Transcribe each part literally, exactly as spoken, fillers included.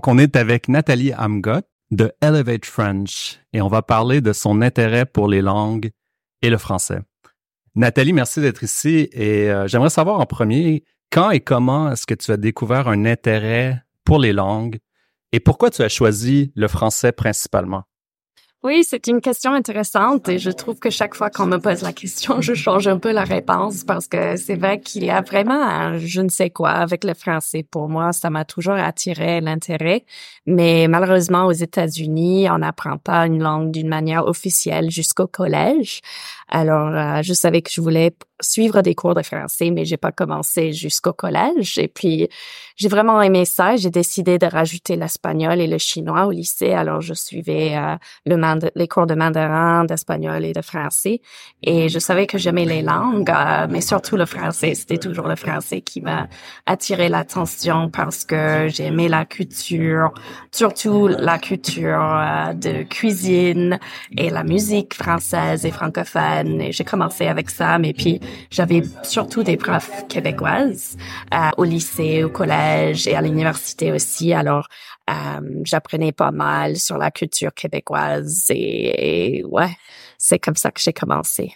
Donc, on est avec Nathalie Amgot de Elevate French et on va parler de son intérêt pour les langues et le français. Nathalie, merci d'être ici et euh, j'aimerais savoir en premier, quand et comment est-ce que tu as découvert un intérêt pour les langues et pourquoi tu as choisi le français principalement? Oui, c'est une question intéressante et je trouve que chaque fois qu'on me pose la question, je change un peu la réponse parce que c'est vrai qu'il y a vraiment un je ne sais quoi avec le français. Pour moi, ça m'a toujours attiré l'intérêt, mais malheureusement, aux États-Unis, on n'apprend pas une langue d'une manière officielle jusqu'au collège. Alors, euh, je savais que je voulais suivre des cours de français, mais j'ai pas commencé jusqu'au collège. Et puis, j'ai vraiment aimé ça. J'ai décidé de rajouter l'espagnol et le chinois au lycée. Alors, je suivais euh, le mand- les cours de mandarin, d'espagnol et de français. Et je savais que j'aimais les langues, euh, mais surtout le français. C'était toujours le français qui m'a attiré l'attention parce que j'aimais la culture, surtout la culture euh, de cuisine et la musique française et francophone. Et j'ai commencé avec ça, mais puis j'avais surtout des profs québécoises euh, au lycée, au collège et à l'université aussi. Alors, euh, j'apprenais pas mal sur la culture québécoise et, et ouais, c'est comme ça que j'ai commencé.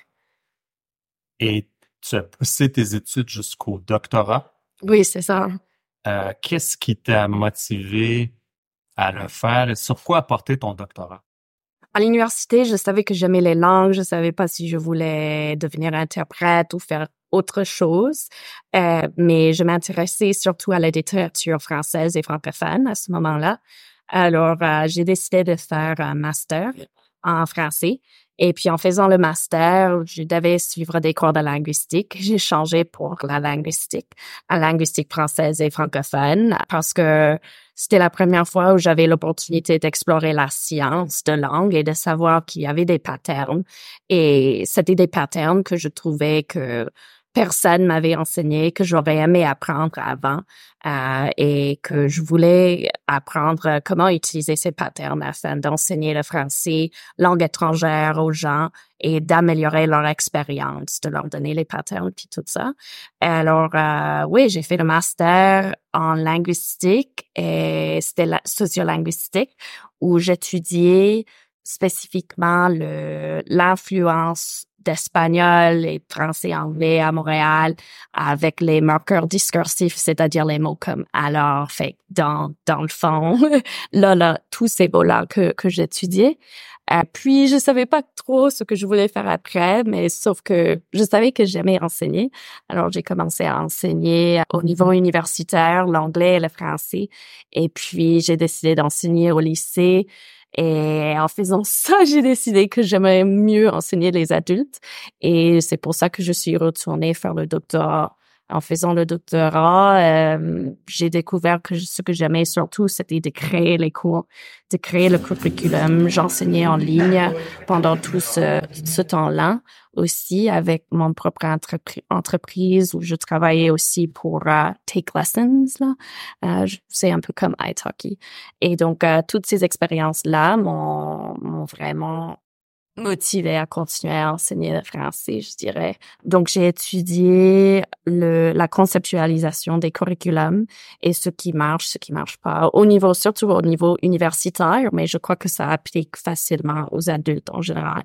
Et tu as poussé tes études jusqu'au doctorat. Oui, c'est ça. Euh, qu'est-ce qui t'a motivé à le faire et sur quoi apporter ton doctorat? À l'université, je savais que j'aimais les langues. Je savais pas si je voulais devenir interprète ou faire autre chose. Euh, mais je m'intéressais surtout à la littérature française et francophone à ce moment-là. Alors, euh, j'ai décidé de faire un master en français. Et puis, en faisant le master, je devais suivre des cours de linguistique. J'ai changé pour la linguistique, la linguistique française et francophone, parce que c'était la première fois où j'avais l'opportunité d'explorer la science de langue et de savoir qu'il y avait des patterns. Et c'était des patterns que je trouvais que personne m'avait enseigné, que j'aurais aimé apprendre avant euh, et que je voulais apprendre comment utiliser ces patterns afin d'enseigner le français, langue étrangère aux gens et d'améliorer leur expérience, de leur donner les patterns puis tout ça. Alors, euh, oui, j'ai fait le master en linguistique et c'était la sociolinguistique où j'étudiais spécifiquement le l'influence d'espagnol et de français anglais à Montréal avec les marqueurs discursifs, c'est-à-dire les mots comme alors, fait dans dans le fond, là là tous ces mots-là que que j'étudiais. Euh, puis je savais pas trop ce que je voulais faire après, mais sauf que je savais que j'aimais enseigner. Alors j'ai commencé à enseigner au niveau universitaire l'anglais et le français, et puis j'ai décidé d'enseigner au lycée. Et en faisant ça, j'ai décidé que j'aimerais mieux enseigner les adultes. Et c'est pour ça que je suis retournée faire le doctorat. En faisant le doctorat, euh, j'ai découvert que ce que j'aimais surtout, c'était de créer les cours, de créer le curriculum. J'enseignais en ligne pendant tout ce, ce temps-là aussi avec mon propre entrepri- entreprise où je travaillais aussi pour uh, Take Lessons. Là. Euh, c'est un peu comme italki. Et donc, euh, toutes ces expériences-là m'ont, m'ont vraiment motivée à continuer à enseigner le français, je dirais. Donc, j'ai étudié le, la conceptualisation des curriculums et ce qui marche, ce qui marche pas, au niveau, surtout au niveau universitaire, mais je crois que ça applique facilement aux adultes en général.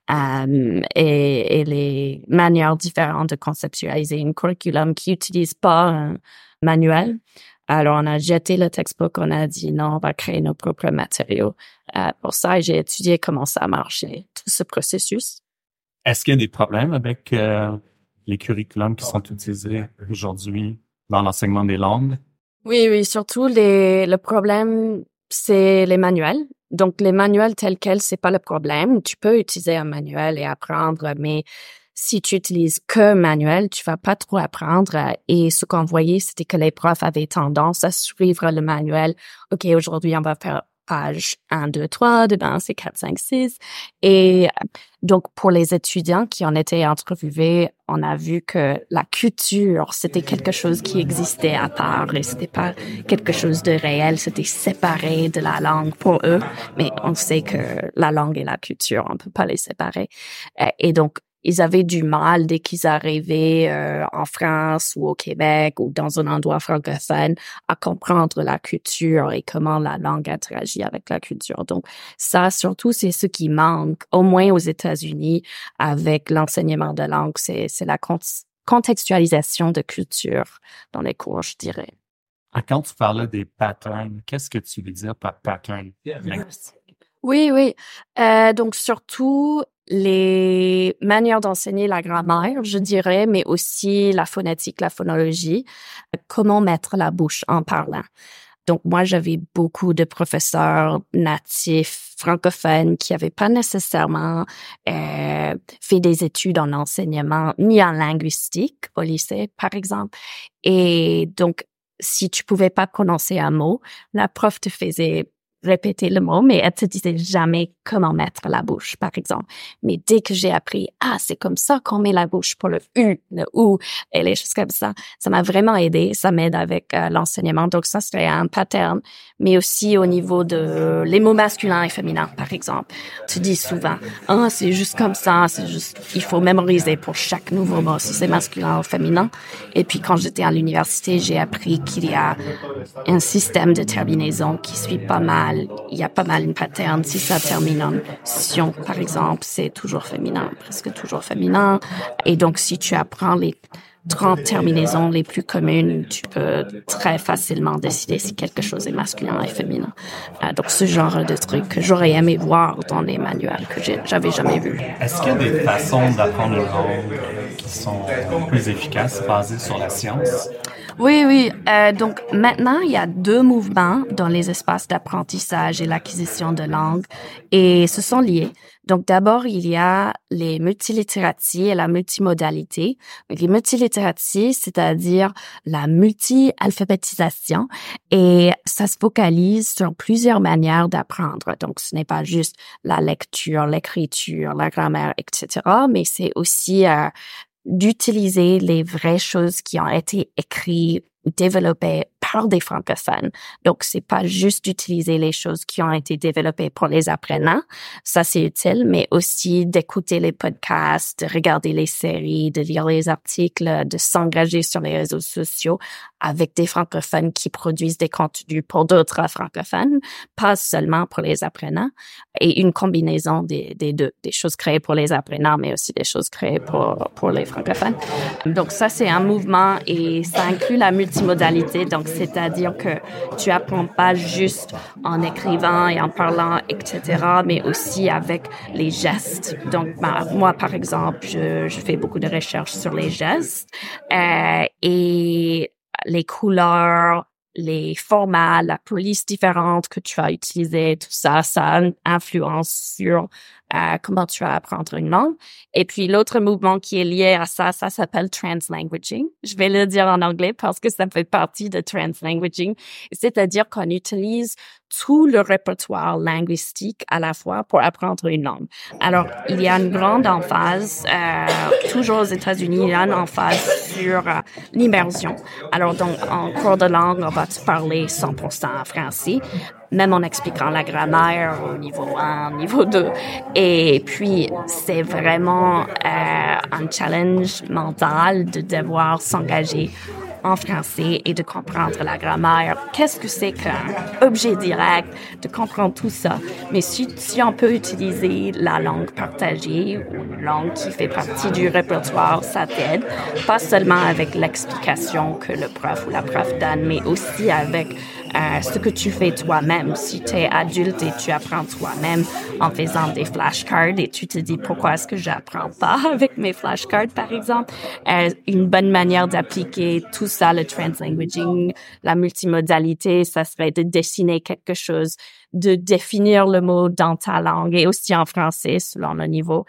Um, et, et les manières différentes de conceptualiser un curriculum qui utilise pas un manuel. Alors, on a jeté le textbook, on a dit non, on va créer nos propres matériaux. Euh, pour ça, j'ai étudié comment ça marchait, tout ce processus. Est-ce qu'il y a des problèmes avec euh, les curriculums qui sont utilisés aujourd'hui dans l'enseignement des langues? Oui, oui, surtout les, le problème, c'est les manuels. Donc, les manuels tels quels, c'est pas le problème. Tu peux utiliser un manuel et apprendre, mais si tu utilises que manuel, tu vas pas trop apprendre. Et ce qu'on voyait, c'était que les profs avaient tendance à suivre le manuel. OK, aujourd'hui, on va faire page un, deux, trois, demain, c'est quatre, cinq, six. Et donc, pour les étudiants qui en étaient interviewés, on a vu que la culture, c'était quelque chose qui existait à part et c'était pas quelque chose de réel, c'était séparé de la langue pour eux. Mais on sait que la langue et la culture, on peut pas les séparer. Et donc, ils avaient du mal dès qu'ils arrivaient euh, en France ou au Québec ou dans un endroit francophone à comprendre la culture et comment la langue interagit avec la culture. Donc, ça, surtout, c'est ce qui manque, au moins aux États-Unis, avec l'enseignement de langue, c'est, c'est la con- contextualisation de culture dans les cours, je dirais. Quand tu parlais des patterns, qu'est-ce que tu veux dire par pattern? Oui, oui. Euh, donc, surtout, les manières d'enseigner la grammaire, je dirais, mais aussi la phonétique, la phonologie, comment mettre la bouche en parlant. Donc, moi, j'avais beaucoup de professeurs natifs francophones qui n'avaient pas nécessairement euh, fait des études en enseignement ni en linguistique au lycée, par exemple. Et donc, si tu pouvais pas prononcer un mot, la prof te faisait répéter le mot, mais elle te disait jamais comment mettre la bouche, par exemple. Mais dès que j'ai appris, ah, c'est comme ça qu'on met la bouche pour le U, le OU, et les choses comme ça, ça m'a vraiment aidé. Ça m'aide avec euh, l'enseignement. Donc, ça serait un pattern, mais aussi au niveau de les mots masculins et féminins, par exemple. Tu dis souvent, ah, c'est juste comme ça, c'est juste, il faut mémoriser pour chaque nouveau mot, si c'est masculin ou féminin. Et puis, quand j'étais à l'université, j'ai appris qu'il y a un système de terminaison qui suit pas mal. Il y a pas mal une pattern. Si ça termine en sion, par exemple, c'est toujours féminin, presque toujours féminin. Et donc, si tu apprends les trente terminaisons les plus communes, tu peux très facilement décider si quelque chose est masculin et féminin. Euh, donc, ce genre de truc que j'aurais aimé voir dans les manuels que j'ai, j'avais jamais vu. Est-ce qu'il y a des façons d'apprendre une langue qui sont plus efficaces basées sur la science? Oui, oui. Euh, donc maintenant, il y a deux mouvements dans les espaces d'apprentissage et l'acquisition de langue, et ce sont liés. Donc d'abord, il y a les multilittératies et la multimodalité. Les multilittératies, c'est-à-dire la multi-alphabétisation, et ça se focalise sur plusieurs manières d'apprendre. Donc ce n'est pas juste la lecture, l'écriture, la grammaire, et cetera, mais c'est aussi euh, d'utiliser les vraies choses qui ont été écrites ou développées par des francophones. Donc, c'est pas juste d'utiliser les choses qui ont été développées pour les apprenants. Ça, c'est utile, mais aussi d'écouter les podcasts, de regarder les séries, de lire les articles, de s'engager sur les réseaux sociaux avec des francophones qui produisent des contenus pour d'autres francophones, pas seulement pour les apprenants, et une combinaison des, des deux, des choses créées pour les apprenants, mais aussi des choses créées pour, pour les francophones. Donc, ça, c'est un mouvement et ça inclut la multimodalité. Donc, c'est-à-dire que tu apprends pas juste en écrivant et en parlant, et cetera, mais aussi avec les gestes. Donc, bah, moi, par exemple, je, je fais beaucoup de recherches sur les gestes euh, et les couleurs, les formats, la police différente que tu vas utiliser, tout ça, ça influence sur euh, comment tu vas apprendre une langue. Et puis, l'autre mouvement qui est lié à ça, ça s'appelle translanguaging. Je vais le dire en anglais parce que ça fait partie de translanguaging. C'est-à-dire qu'on utilise tout le répertoire linguistique à la fois pour apprendre une langue. Alors, il y a une grande emphase, euh, toujours aux États-Unis, il y a une emphase sur euh, l'immersion. Alors, donc, en cours de langue, on va te parler cent pour cent en français, même en expliquant la grammaire au niveau un, au niveau deux. Et puis, c'est vraiment euh, un challenge mental de devoir s'engager en français et de comprendre la grammaire. Qu'est-ce que c'est qu'un objet direct, de comprendre tout ça. Mais si, si on peut utiliser la langue partagée ou une langue qui fait partie du répertoire, ça t'aide. Pas seulement avec l'explication que le prof ou la prof donne, mais aussi avec euh, ce que tu fais toi-même. Si tu es adulte et tu apprends toi-même en faisant des flashcards et tu te dis pourquoi est-ce que j'apprends pas avec mes flashcards, par exemple, euh, une bonne manière d'appliquer tout ça, le translanguaging, la multimodalité, ça serait de dessiner quelque chose, de définir le mot dans ta langue et aussi en français selon le niveau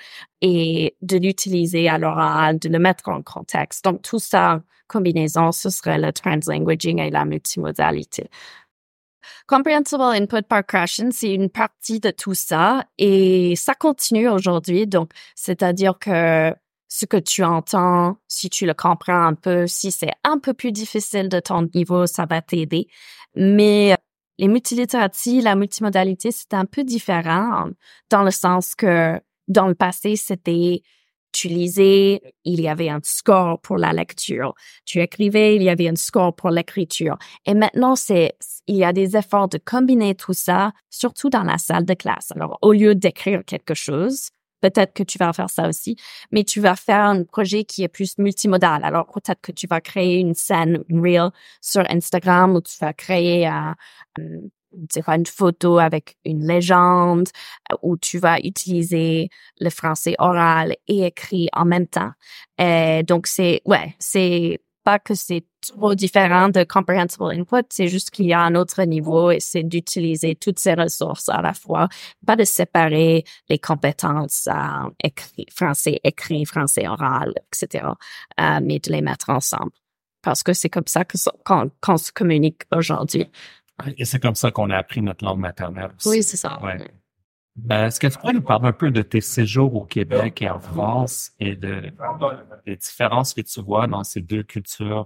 et de l'utiliser à l'oral, de le mettre en contexte. Donc, tout ça en combinaison, ce serait le translanguaging et la multimodalité. Comprehensible Input Progression, c'est une partie de tout ça et ça continue aujourd'hui. Donc, c'est-à-dire que ce que tu entends, si tu le comprends un peu, si c'est un peu plus difficile de ton niveau, ça va t'aider. Mais les multilittératies, la multimodalité, c'est un peu différent dans le sens que dans le passé, c'était Tu lisais, il y avait un score pour la lecture. Tu écrivais, il y avait un score pour l'écriture. Et maintenant, c'est, il y a des efforts de combiner tout ça, surtout dans la salle de classe. Alors, au lieu d'écrire quelque chose, peut-être que tu vas faire ça aussi, mais tu vas faire un projet qui est plus multimodal. Alors, peut-être que tu vas créer une scène, une reel sur Instagram où tu vas créer un, un une photo avec une légende où tu vas utiliser le français oral et écrit en même temps. Et donc, c'est, ouais, c'est pas que c'est trop différent de comprehensible input, c'est juste qu'il y a un autre niveau et c'est d'utiliser toutes ces ressources à la fois, pas de séparer les compétences euh, écrit, français écrit, français oral, et cetera, euh, mais de les mettre ensemble. Parce que c'est comme ça que ça, qu'on, qu'on se communique aujourd'hui. Et c'est comme ça qu'on a appris notre langue maternelle aussi. Oui, c'est ça. Ouais. Ben, est-ce que tu pourrais nous parler un peu de tes séjours au Québec et en France et de, des différences que tu vois dans ces deux cultures?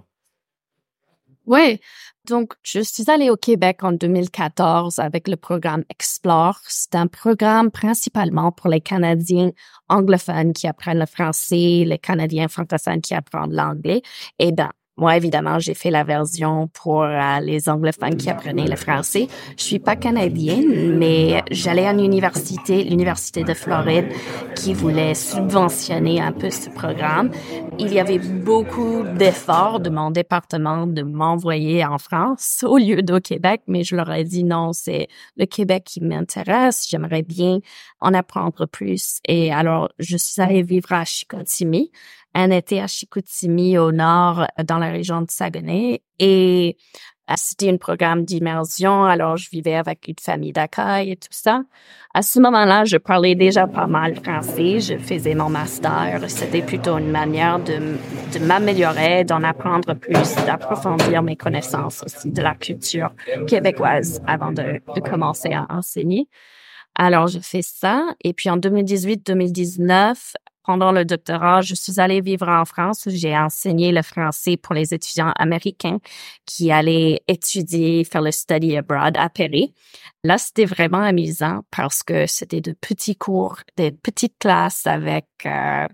Oui, donc je suis allée au Québec en deux mille quatorze avec le programme Explore. C'est un programme principalement pour les Canadiens anglophones qui apprennent le français, les Canadiens francophones qui apprennent l'anglais. Et ben, moi, évidemment, j'ai fait la version pour euh, les anglophones qui apprenaient le français. Je suis pas canadienne, mais j'allais à une université, l'Université de Floride, qui voulait subventionner un peu ce programme. Il y avait beaucoup d'efforts de mon département de m'envoyer en France au lieu d'au Québec, mais je leur ai dit non, c'est le Québec qui m'intéresse. J'aimerais bien en apprendre plus. Et alors, je suis allée vivre à Chicoutimi, un été à Chicoutimi au nord, dans la région de Saguenay. Et c'était un programme d'immersion, alors je vivais avec une famille d'accueil et tout ça. À ce moment-là, je parlais déjà pas mal français, je faisais mon master. C'était plutôt une manière de, de m'améliorer, d'en apprendre plus, d'approfondir mes connaissances aussi de la culture québécoise avant de, de commencer à enseigner. Alors, je fais ça. Et puis, en deux mille dix-huit deux mille dix-neuf, pendant le doctorat, je suis allée vivre en France. J'ai enseigné le français pour les étudiants américains qui allaient étudier, faire le study abroad à Paris. Là, c'était vraiment amusant parce que c'était de petits cours, des petites classes avec euh,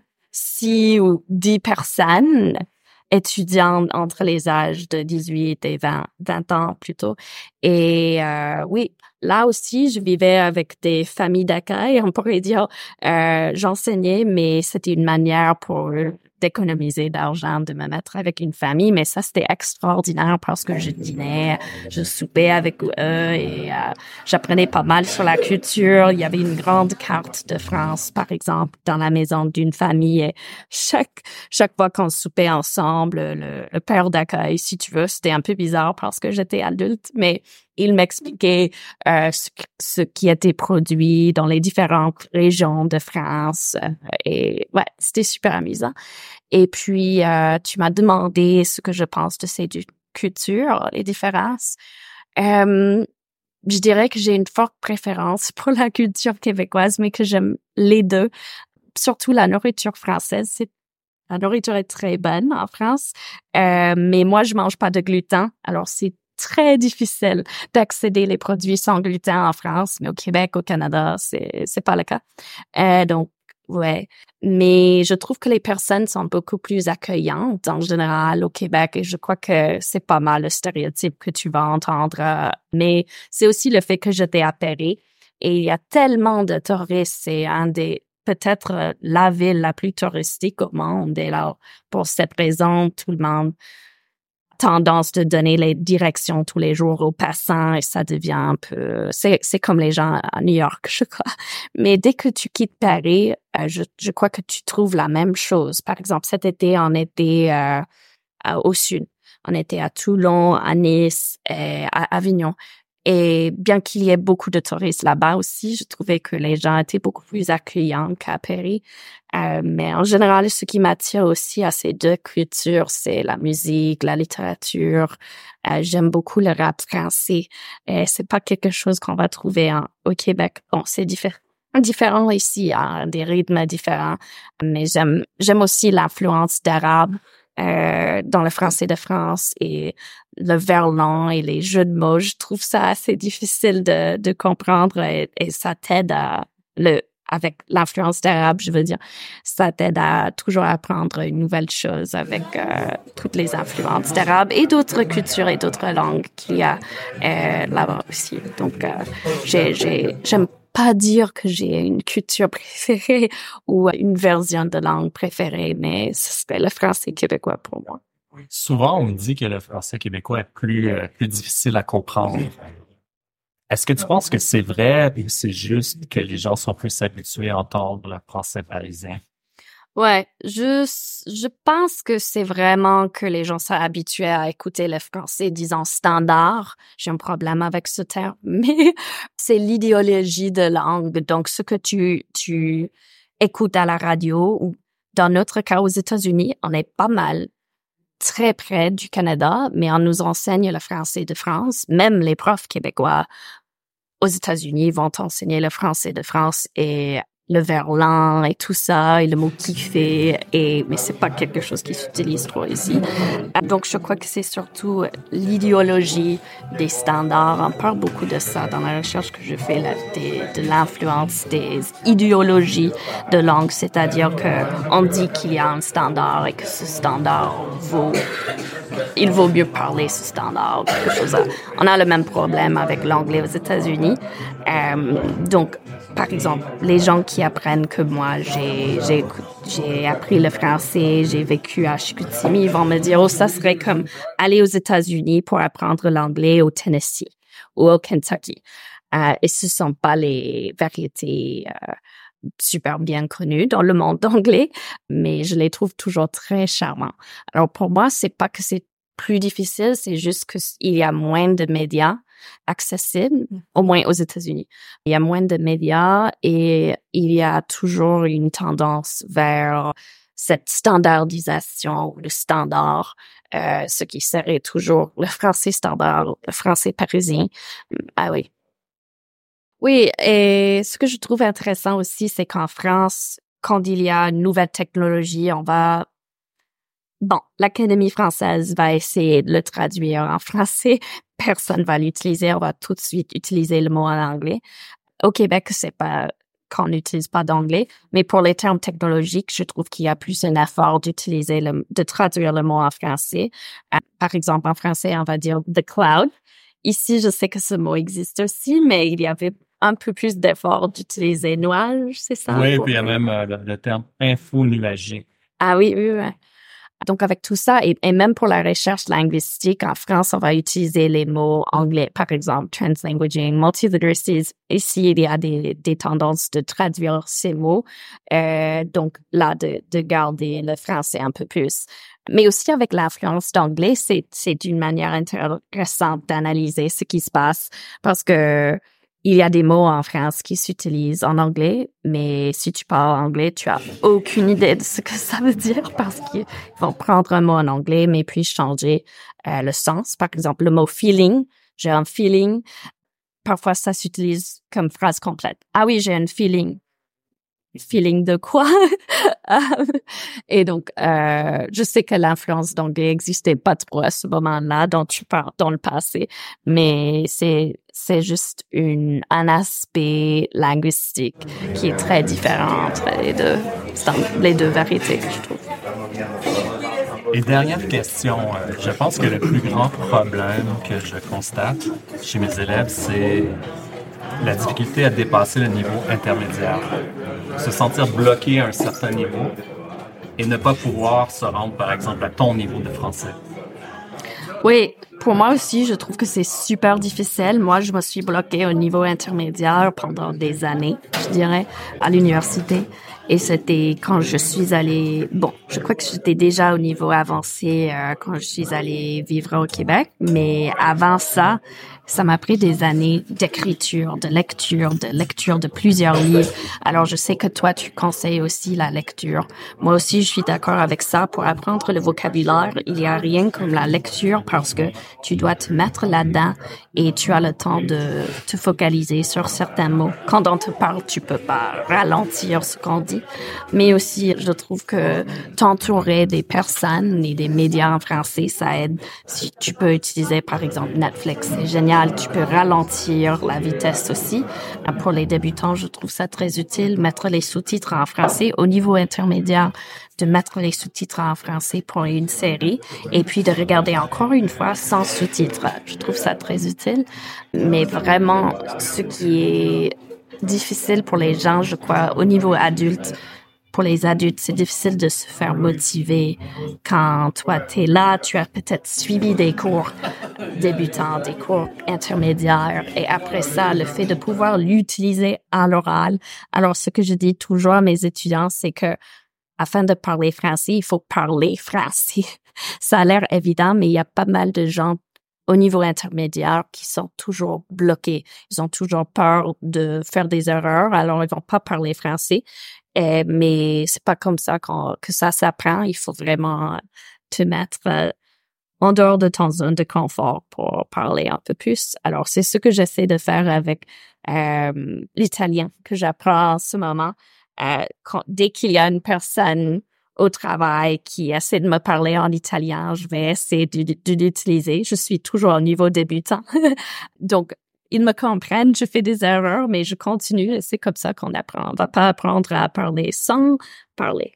six ou dix personnes étudiantes entre les âges de dix-huit et vingt, vingt ans plutôt. Et euh, oui, là aussi, je vivais avec des familles d'accueil. On pourrait dire, euh, j'enseignais, mais c'était une manière pour d'économiser d'argent, de me mettre avec une famille. Mais ça, c'était extraordinaire parce que je dînais, je soupais avec eux et euh, j'apprenais pas mal sur la culture. Il y avait une grande carte de France, par exemple, dans la maison d'une famille. Et chaque chaque fois qu'on soupait ensemble, le, le père d'accueil, si tu veux, c'était un peu bizarre parce que j'étais adulte, mais il m'expliquait euh, ce, ce qui était produit dans les différentes régions de France. Euh, et ouais, c'était super amusant. Et puis, euh, tu m'as demandé ce que je pense de ces deux cultures, les différences. Euh, je dirais que j'ai une forte préférence pour la culture québécoise, mais que j'aime les deux. Surtout la nourriture française. C'est, la nourriture est très bonne en France, euh, mais moi, je mange pas de gluten. Alors, c'est très difficile d'accéder les produits sans gluten en France, mais au Québec, au Canada, c'est c'est pas le cas. Euh, donc, ouais. Mais je trouve que les personnes sont beaucoup plus accueillantes en général au Québec et je crois que c'est pas mal le stéréotype que tu vas entendre. Mais c'est aussi le fait que j'étais à Paris et il y a tellement de touristes. C'est un des peut-être la ville la plus touristique au monde. Et alors, pour cette raison, tout le monde tendance de donner les directions tous les jours aux passants et ça devient un peu, c'est, c'est comme les gens à New York, je crois. Mais dès que tu quittes Paris, euh, je, je crois que tu trouves la même chose. Par exemple, cet été, on était euh, à, au sud. On était à Toulon, à Nice, et à Avignon. Et bien qu'il y ait beaucoup de touristes là-bas aussi, je trouvais que les gens étaient beaucoup plus accueillants qu'à Paris. Euh, mais en général, ce qui m'attire aussi à ces deux cultures, c'est la musique, la littérature. Euh, j'aime beaucoup le rap français. Et c'est pas quelque chose qu'on va trouver en, au Québec. Bon, c'est différent. Différent ici, hein, des rythmes différents. Mais j'aime, j'aime aussi l'influence d'arabe. Euh, dans le français de France et le verlan et les jeux de mots. Je trouve ça assez difficile de, de comprendre et, et ça t'aide à, le, avec l'influence d'arabe, je veux dire, ça t'aide à toujours apprendre une nouvelle chose avec euh, toutes les influences d'arabe et d'autres cultures et d'autres langues qu'il y a euh, là-bas aussi. Donc, euh, j'ai, j'ai, j'aime pas dire que j'ai une culture préférée ou une version de langue préférée, mais ce serait le français québécois pour moi. Souvent, on me dit que le français québécois est plus, euh, plus difficile à comprendre. Est-ce que tu penses que c'est vrai ou c'est juste que les gens sont plus habitués à entendre le français parisien? Ouais, je, je pense que c'est vraiment que les gens sont habitués à écouter le français, disons, standard. J'ai un problème avec ce terme, mais c'est l'idéologie de langue. Donc, ce que tu, tu écoutes à la radio ou dans notre cas aux États-Unis, on est pas mal très près du Canada, mais on nous enseigne le français de France. Même les profs québécois aux États-Unis vont enseigner le français de France et le verlan et tout ça, et le mot kiffer, et, mais c'est pas quelque chose qui s'utilise trop ici. Donc, je crois que c'est surtout l'idéologie des standards. On parle beaucoup de ça dans la recherche que je fais, là, des, de l'influence des idéologies de langue, c'est-à-dire que on dit qu'il y a un standard et que ce standard vaut, il vaut mieux parler ce standard, quelque chose. À, on a le même problème avec l'anglais aux États-Unis. Euh, donc, par exemple, les gens qui apprennent que moi, j'ai, j'ai, j'ai appris le français, j'ai vécu à Chicoutimi, ils vont me dire, oh, ça serait comme aller aux États-Unis pour apprendre l'anglais au Tennessee ou au Kentucky. Euh, et ce sont pas les variétés euh, super bien connues dans le monde anglais, mais je les trouve toujours très charmants. Alors, pour moi, c'est pas que c'est plus difficile, c'est juste qu'il y a moins de médias accessible, au moins aux États-Unis. Il y a moins de médias et il y a toujours une tendance vers cette standardisation ou le standard, euh, ce qui serait toujours le français standard, le français parisien. Ah oui. Oui, et ce que je trouve intéressant aussi, c'est qu'en France, quand il y a une nouvelle technologie, on va Bon, l'Académie française va essayer de le traduire en français. Personne va l'utiliser. On va tout de suite utiliser le mot en anglais. Au Québec, c'est pas qu'on n'utilise pas d'anglais, mais pour les termes technologiques, je trouve qu'il y a plus un effort d'utiliser le, de traduire le mot en français. Par exemple, en français, on va dire the cloud. Ici, je sais que ce mot existe aussi, mais il y avait un peu plus d'effort d'utiliser nuage, c'est ça? Oui, puis il y a même euh, le, le terme info-nuagique. Ah oui, oui, oui. Donc, avec tout ça, et, et même pour la recherche linguistique, en France, on va utiliser les mots anglais, par exemple, translanguaging, multiliteracies. Ici, il y a des, des tendances de traduire ces mots. Euh, donc, là, de, de garder le français un peu plus. Mais aussi avec l'influence d'anglais, c'est, c'est une manière intéressante d'analyser ce qui se passe parce que il y a des mots en France qui s'utilisent en anglais, mais si tu parles anglais, tu as aucune idée de ce que ça veut dire parce qu'ils vont prendre un mot en anglais, mais puis changer euh, le sens. Par exemple, le mot feeling, j'ai un feeling. Parfois, ça s'utilise comme phrase complète. Ah oui, j'ai un feeling. Feeling de quoi? Et donc, euh, je sais que l'influence d'anglais existait pas trop à ce moment-là dont tu parles dans le passé, mais c'est c'est juste une un aspect linguistique qui est très différent entre les deux les deux variétés que je trouve. Et dernière question, euh, je pense que le plus grand problème que je constate chez mes élèves, c'est la difficulté à dépasser le niveau intermédiaire, se sentir bloqué à un certain niveau et ne pas pouvoir se rendre, par exemple, à ton niveau de français. Oui, pour moi aussi, je trouve que c'est super difficile. Moi, je me suis bloquée au niveau intermédiaire pendant des années, je dirais, à l'université. Et c'était quand je suis allée... Bon, je crois que j'étais déjà au niveau avancé euh, quand je suis allée vivre au Québec. Mais avant ça, ça m'a pris des années d'écriture, de lecture, de lecture de plusieurs livres. Alors, je sais que toi, tu conseilles aussi la lecture. Moi aussi, je suis d'accord avec ça. Pour apprendre le vocabulaire, il n'y a rien comme la lecture parce que tu dois te mettre là-dedans et tu as le temps de te focaliser sur certains mots. Quand on te parle, tu peux pas ralentir ce qu'on dit. Mais aussi, je trouve que t'entourer des personnes et des médias en français, ça aide. Si tu peux utiliser, par exemple, Netflix, c'est génial. Tu peux ralentir la vitesse aussi. Pour les débutants, je trouve ça très utile, mettre les sous-titres en français. Au niveau intermédiaire, de mettre les sous-titres en français pour une série et puis de regarder encore une fois sans sous-titres. Je trouve ça très utile. Mais vraiment, ce qui est difficile pour les gens, je crois, au niveau adulte, pour les adultes, c'est difficile de se faire motiver quand toi, t'es là, tu as peut-être suivi des cours débutants, des cours intermédiaires, et après ça, le fait de pouvoir l'utiliser à l'oral. Alors, ce que je dis toujours à mes étudiants, c'est que afin de parler français, il faut parler français. Ça a l'air évident, mais il y a pas mal de gens au niveau intermédiaire qui sont toujours bloqués. Ils ont toujours peur de faire des erreurs, alors ils vont pas parler français. Et, mais c'est pas comme ça qu'on, que ça s'apprend. Il faut vraiment te mettre euh, en dehors de ton zone de confort pour parler un peu plus. Alors, c'est ce que j'essaie de faire avec euh, l'italien que j'apprends en ce moment. Euh, quand, dès qu'il y a une personne au travail qui essaie de me parler en italien, je vais essayer de, de, de l'utiliser. Je suis toujours au niveau débutant. Donc, ils me comprennent, je fais des erreurs, mais je continue et c'est comme ça qu'on apprend. On va pas apprendre à parler sans parler.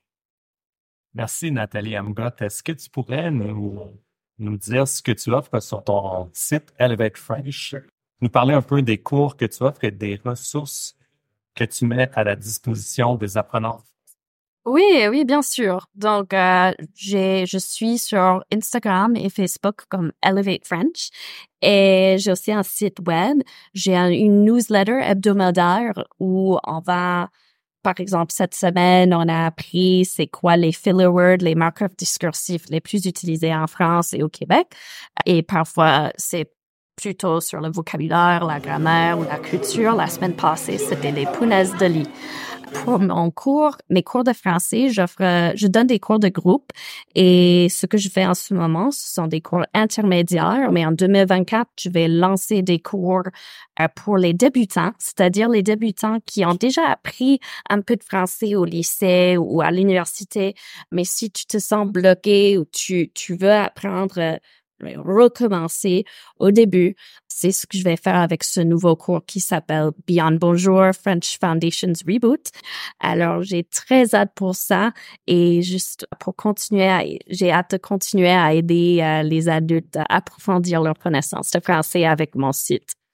Merci, Nathalie Amgott. Est-ce que tu pourrais nous, nous dire ce que tu offres sur ton site Elevate French? Nous parler un peu des cours que tu offres et des ressources que tu mets à la disposition des apprenants. Oui, oui, bien sûr. Donc, euh, j'ai, je suis sur Instagram et Facebook comme Elevate French et j'ai aussi un site web. J'ai un, une newsletter hebdomadaire où on va, par exemple, cette semaine, on a appris c'est quoi les filler words, les marqueurs discursifs les plus utilisés en France et au Québec. Et parfois, c'est plutôt sur le vocabulaire, la grammaire ou la culture. La semaine passée, c'était les punaises de lit. Pour mon cours, mes cours de français, j'offre, je donne des cours de groupe et ce que je fais en ce moment, ce sont des cours intermédiaires, mais en deux mille vingt-quatre, je vais lancer des cours euh, pour les débutants, c'est-à-dire les débutants qui ont déjà appris un peu de français au lycée ou à l'université, mais si tu te sens bloqué ou tu, tu veux apprendre euh, recommencer au début. C'est ce que je vais faire avec ce nouveau cours qui s'appelle Beyond Bonjour French Foundations Reboot. Alors, j'ai très hâte pour ça et juste pour continuer, à, j'ai hâte de continuer à aider euh, les adultes à approfondir leur connaissance de français avec mon site.